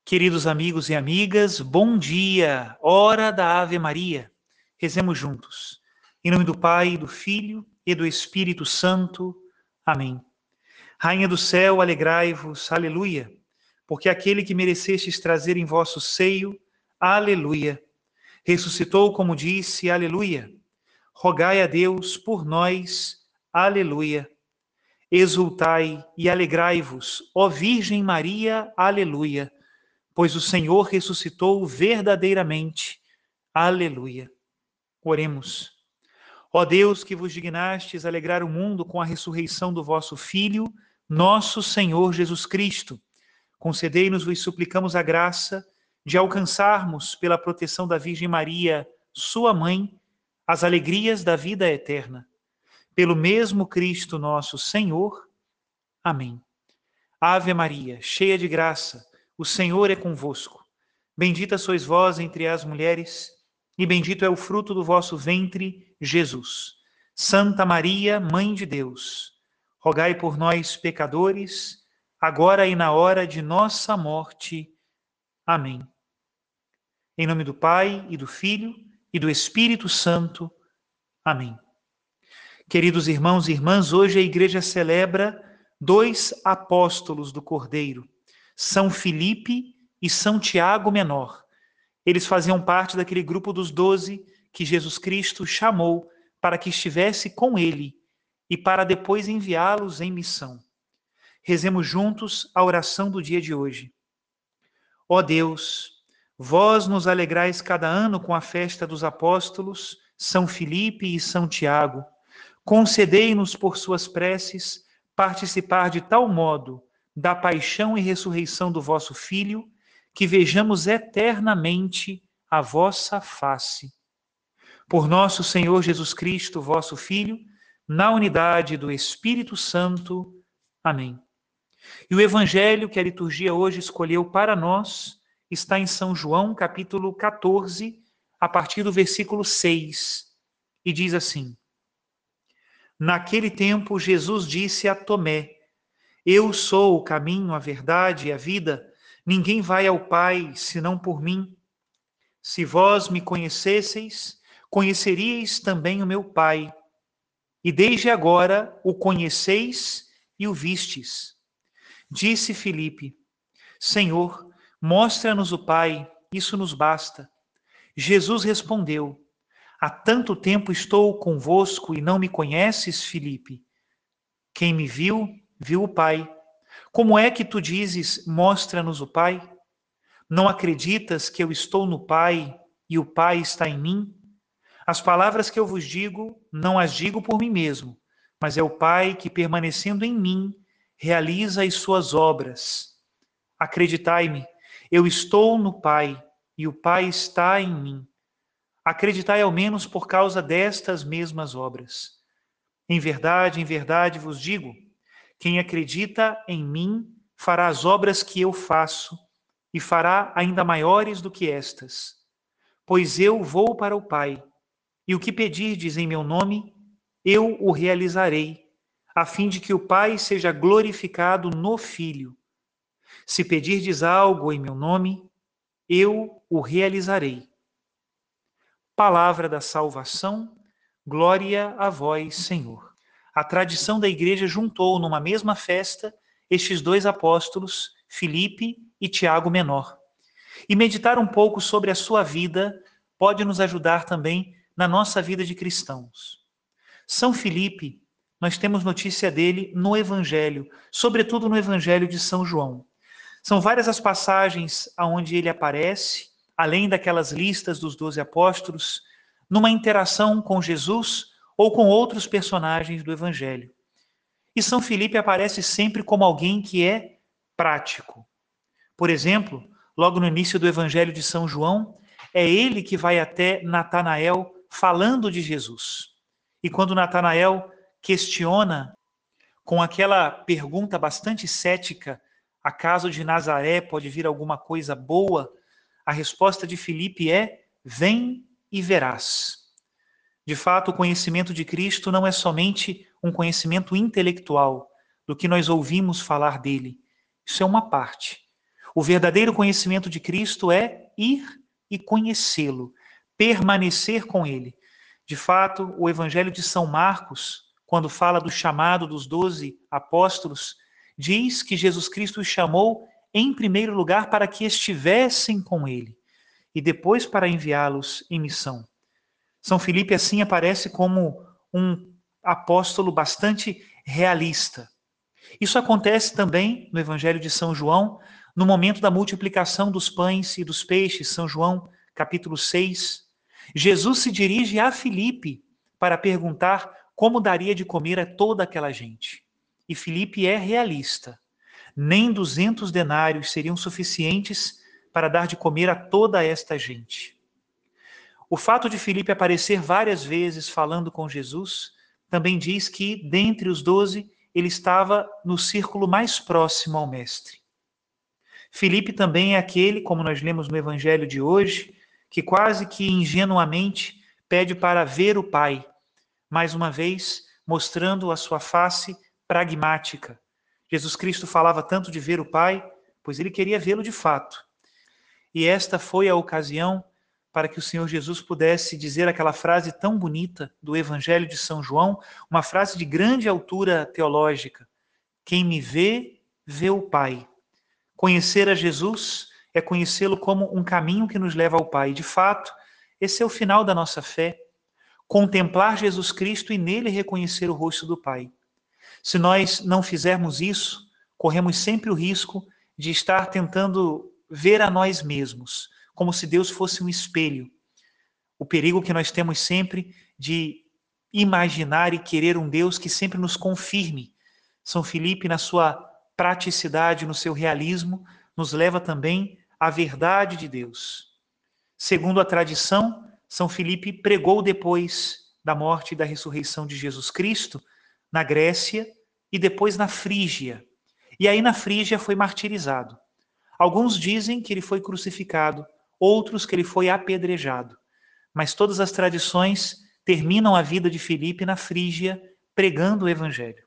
Queridos amigos e amigas, bom dia, hora da Ave Maria. Rezemos juntos. Em nome do Pai, do Filho e do Espírito Santo. Amém. Rainha do céu, alegrai-vos, aleluia, porque aquele que merecestes trazer em vosso seio, aleluia, ressuscitou como disse, aleluia. Rogai a Deus por nós, aleluia. Exultai e alegrai-vos, ó Virgem Maria, aleluia, pois o Senhor ressuscitou verdadeiramente. Aleluia. Oremos. Ó Deus, que vos dignastes alegrar o mundo com a ressurreição do vosso Filho, nosso Senhor Jesus Cristo, concedei-nos, vos suplicamos, a graça de alcançarmos, pela proteção da Virgem Maria, sua mãe, as alegrias da vida eterna. Pelo mesmo Cristo nosso Senhor. Amém. Ave Maria, cheia de graça, o Senhor é convosco. Bendita sois vós entre as mulheres, e bendito é o fruto do vosso ventre, Jesus. Santa Maria, Mãe de Deus, rogai por nós, pecadores, agora e na hora de nossa morte. Amém. Em nome do Pai, e do Filho, e do Espírito Santo. Amém. Queridos irmãos e irmãs, hoje a Igreja celebra dois apóstolos do Cordeiro, São Filipe e São Tiago Menor. Eles faziam parte daquele grupo dos 12 que Jesus Cristo chamou para que estivesse com ele e para depois enviá-los em missão. Rezemos juntos a oração do dia de hoje. Ó Deus, vós nos alegrais cada ano com a festa dos apóstolos, São Filipe e São Tiago. Concedei-nos por suas preces participar de tal modo da paixão e ressurreição do vosso Filho, que vejamos eternamente a vossa face. Por nosso Senhor Jesus Cristo, vosso Filho, na unidade do Espírito Santo. Amém. E o evangelho que a liturgia hoje escolheu para nós está em São João, capítulo 14, a partir do versículo 6, e diz assim: Naquele tempo, Jesus disse a Tomé: Eu sou o caminho, a verdade e a vida. Ninguém vai ao Pai senão por mim. Se vós me conhecesseis, conheceríeis também o meu Pai. E desde agora o conheceis e o vistes. Disse Filipe: Senhor, mostra-nos o Pai, isso nos basta. Jesus respondeu: Há tanto tempo estou convosco e não me conheces, Filipe? Quem me viu, viu o Pai. Como é que tu dizes, mostra-nos o Pai? Não acreditas que eu estou no Pai e o Pai está em mim? As palavras que eu vos digo, não as digo por mim mesmo, mas é o Pai que, permanecendo em mim, realiza as suas obras. Acreditai-me, eu estou no Pai e o Pai está em mim. Acreditai ao menos por causa destas mesmas obras. Em verdade vos digo, quem acredita em mim fará as obras que eu faço e fará ainda maiores do que estas. Pois eu vou para o Pai, e o que pedirdes em meu nome, eu o realizarei, a fim de que o Pai seja glorificado no Filho. Se pedirdes algo em meu nome, eu o realizarei. Palavra da salvação, glória a vós, Senhor. A tradição da Igreja juntou numa mesma festa estes dois apóstolos, Filipe e Tiago Menor. E meditar um pouco sobre a sua vida pode nos ajudar também na nossa vida de cristãos. São Filipe, nós temos notícia dele no Evangelho, sobretudo no Evangelho de São João. São várias as passagens onde ele aparece, além daquelas listas dos 12 apóstolos, numa interação com Jesus ou com outros personagens do Evangelho. E São Filipe aparece sempre como alguém que é prático. Por exemplo, logo no início do Evangelho de São João, é ele que vai até Natanael falando de Jesus. E quando Natanael questiona, com aquela pergunta bastante cética, acaso de Nazaré pode vir alguma coisa boa? A resposta de Filipe é: vem e verás. De fato, o conhecimento de Cristo não é somente um conhecimento intelectual do que nós ouvimos falar dele. Isso é uma parte. O verdadeiro conhecimento de Cristo é ir e conhecê-lo, permanecer com ele. De fato, o Evangelho de São Marcos, quando fala do chamado dos 12 apóstolos, diz que Jesus Cristo os chamou em primeiro lugar para que estivessem com ele e depois para enviá-los em missão. São Filipe assim aparece como um apóstolo bastante realista. Isso acontece também no Evangelho de São João, no momento da multiplicação dos pães e dos peixes, São João, capítulo 6. Jesus se dirige a Filipe para perguntar como daria de comer a toda aquela gente. E Filipe é realista. Nem 200 denários seriam suficientes para dar de comer a toda esta gente. O fato de Filipe aparecer várias vezes falando com Jesus também diz que, dentre os 12, ele estava no círculo mais próximo ao Mestre. Filipe também é aquele, como nós lemos no Evangelho de hoje, que quase que ingenuamente pede para ver o Pai, mais uma vez mostrando a sua face pragmática. Jesus Cristo falava tanto de ver o Pai, pois ele queria vê-lo de fato. E esta foi a ocasião para que o Senhor Jesus pudesse dizer aquela frase tão bonita do Evangelho de São João, uma frase de grande altura teológica: quem me vê, vê o Pai. Conhecer a Jesus é conhecê-lo como um caminho que nos leva ao Pai. De fato, esse é o final da nossa fé. Contemplar Jesus Cristo e nele reconhecer o rosto do Pai. Se nós não fizermos isso, corremos sempre o risco de estar tentando ver a nós mesmos, como se Deus fosse um espelho. O perigo que nós temos sempre de imaginar e querer um Deus que sempre nos confirme. São Filipe, na sua praticidade, no seu realismo, nos leva também à verdade de Deus. Segundo a tradição, São Filipe pregou depois da morte e da ressurreição de Jesus Cristo na Grécia e depois na Frígia. E aí na Frígia foi martirizado. Alguns dizem que ele foi crucificado, outros que ele foi apedrejado. Mas todas as tradições terminam a vida de Filipe na Frígia pregando o Evangelho.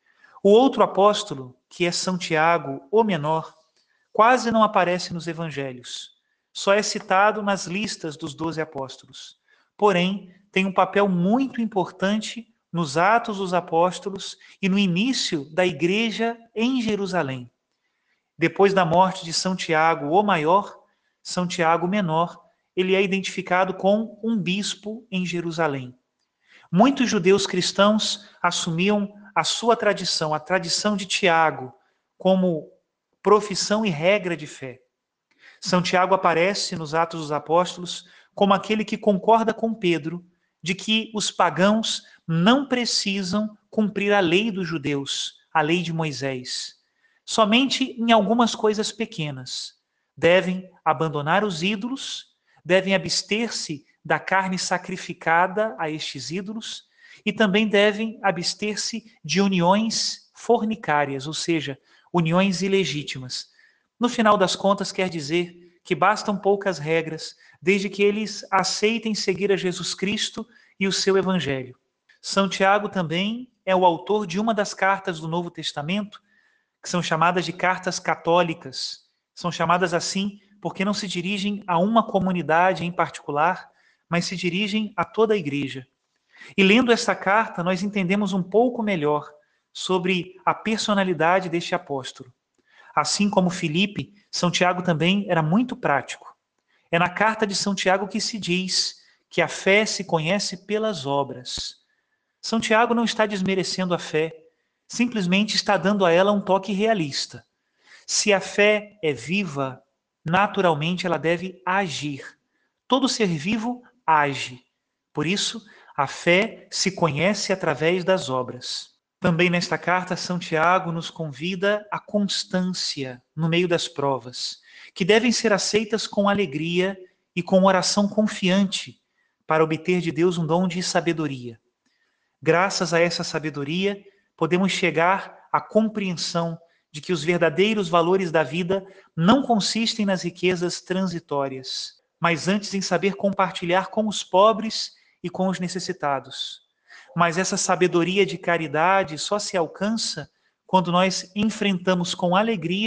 O outro apóstolo, que é São Tiago, o menor, quase não aparece nos evangelhos. Só é citado nas listas dos 12 apóstolos. Porém, tem um papel muito importante nos Atos dos Apóstolos e no início da igreja em Jerusalém. Depois da morte de São Tiago, o maior, São Tiago, o menor, ele é identificado com um bispo em Jerusalém. Muitos judeus cristãos assumiam a sua tradição, a tradição de Tiago, como profissão e regra de fé. São Tiago aparece nos Atos dos Apóstolos como aquele que concorda com Pedro de que os pagãos não precisam cumprir a lei dos judeus, a lei de Moisés. Somente em algumas coisas pequenas. Devem abandonar os ídolos, devem abster-se da carne sacrificada a estes ídolos e também devem abster-se de uniões fornicárias, ou seja, uniões ilegítimas. No final das contas, quer dizer que bastam poucas regras, desde que eles aceitem seguir a Jesus Cristo e o seu Evangelho. São Tiago também é o autor de uma das cartas do Novo Testamento, que são chamadas de cartas católicas. São chamadas assim porque não se dirigem a uma comunidade em particular, mas se dirigem a toda a igreja. E lendo esta carta, nós entendemos um pouco melhor sobre a personalidade deste apóstolo. Assim como Filipe, São Tiago também era muito prático. É na carta de São Tiago que se diz que a fé se conhece pelas obras. São Tiago não está desmerecendo a fé, simplesmente está dando a ela um toque realista. Se a fé é viva, naturalmente ela deve agir. Todo ser vivo age. Por isso, a fé se conhece através das obras. Também nesta carta, São Tiago nos convida à constância no meio das provas, que devem ser aceitas com alegria e com oração confiante para obter de Deus um dom de sabedoria. Graças a essa sabedoria, podemos chegar à compreensão de que os verdadeiros valores da vida não consistem nas riquezas transitórias, mas antes em saber compartilhar com os pobres e com os necessitados. Mas essa sabedoria de caridade só se alcança quando nós enfrentamos com alegria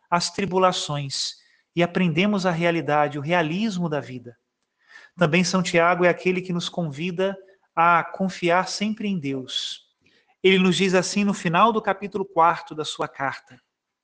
as tribulações e aprendemos a realidade, o realismo da vida. Também São Tiago é aquele que nos convida a confiar sempre em Deus. Ele nos diz assim no final do capítulo 4 da sua carta: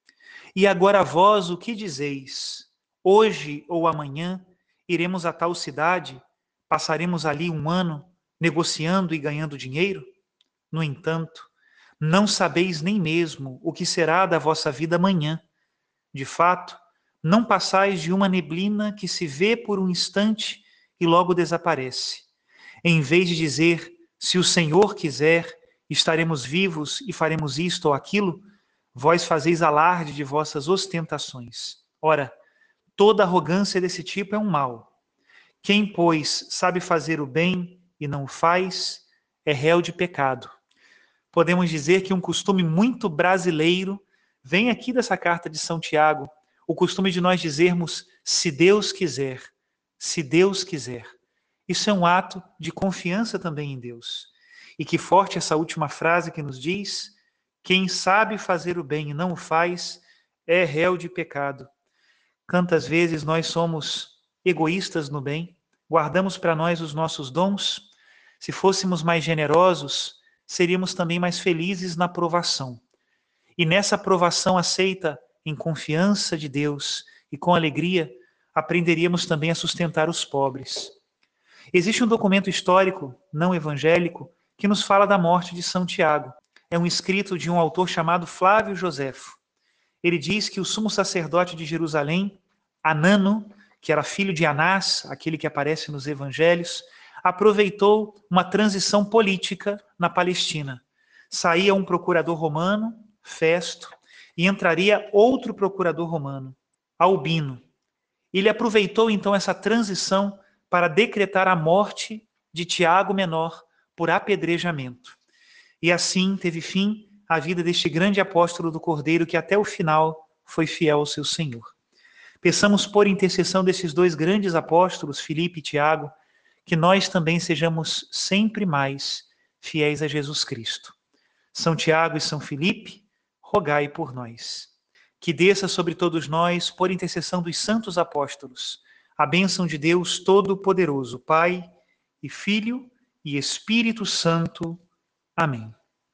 E agora vós o que dizeis? Hoje ou amanhã iremos a tal cidade, passaremos ali um ano negociando e ganhando dinheiro? No entanto, não sabeis nem mesmo o que será da vossa vida amanhã. De fato, não passais de uma neblina que se vê por um instante e logo desaparece. Em vez de dizer, se o Senhor quiser, estaremos vivos e faremos isto ou aquilo, vós fazeis alarde de vossas ostentações. Ora, toda arrogância desse tipo é um mal. Quem, pois, sabe fazer o bem e não o faz, é réu de pecado. Podemos dizer que um costume muito brasileiro vem aqui dessa carta de São Tiago, o costume de nós dizermos, se Deus quiser, se Deus quiser. Isso é um ato de confiança também em Deus. E que forte essa última frase que nos diz, quem sabe fazer o bem e não o faz, é réu de pecado. Quantas vezes nós somos egoístas no bem, guardamos para nós os nossos dons? Se fôssemos mais generosos, seríamos também mais felizes na provação. E nessa provação aceita em confiança de Deus e com alegria, aprenderíamos também a sustentar os pobres. Existe um documento histórico, não evangélico, que nos fala da morte de São Tiago. É um escrito de um autor chamado Flávio Joséfo. Ele diz que o sumo sacerdote de Jerusalém, Anano, que era filho de Anás, aquele que aparece nos evangelhos, aproveitou uma transição política na Palestina. Saía um procurador romano, Festo, e entraria outro procurador romano, Albino. Ele aproveitou então essa transição para decretar a morte de Tiago Menor por apedrejamento. E assim teve fim a vida deste grande apóstolo do Cordeiro que até o final foi fiel ao seu Senhor. Peçamos por intercessão desses dois grandes apóstolos, Filipe e Tiago, que nós também sejamos sempre mais fiéis a Jesus Cristo. São Tiago e São Filipe, rogai por nós. Que desça sobre todos nós, por intercessão dos santos apóstolos, a bênção de Deus Todo-Poderoso, Pai e Filho e Espírito Santo. Amém.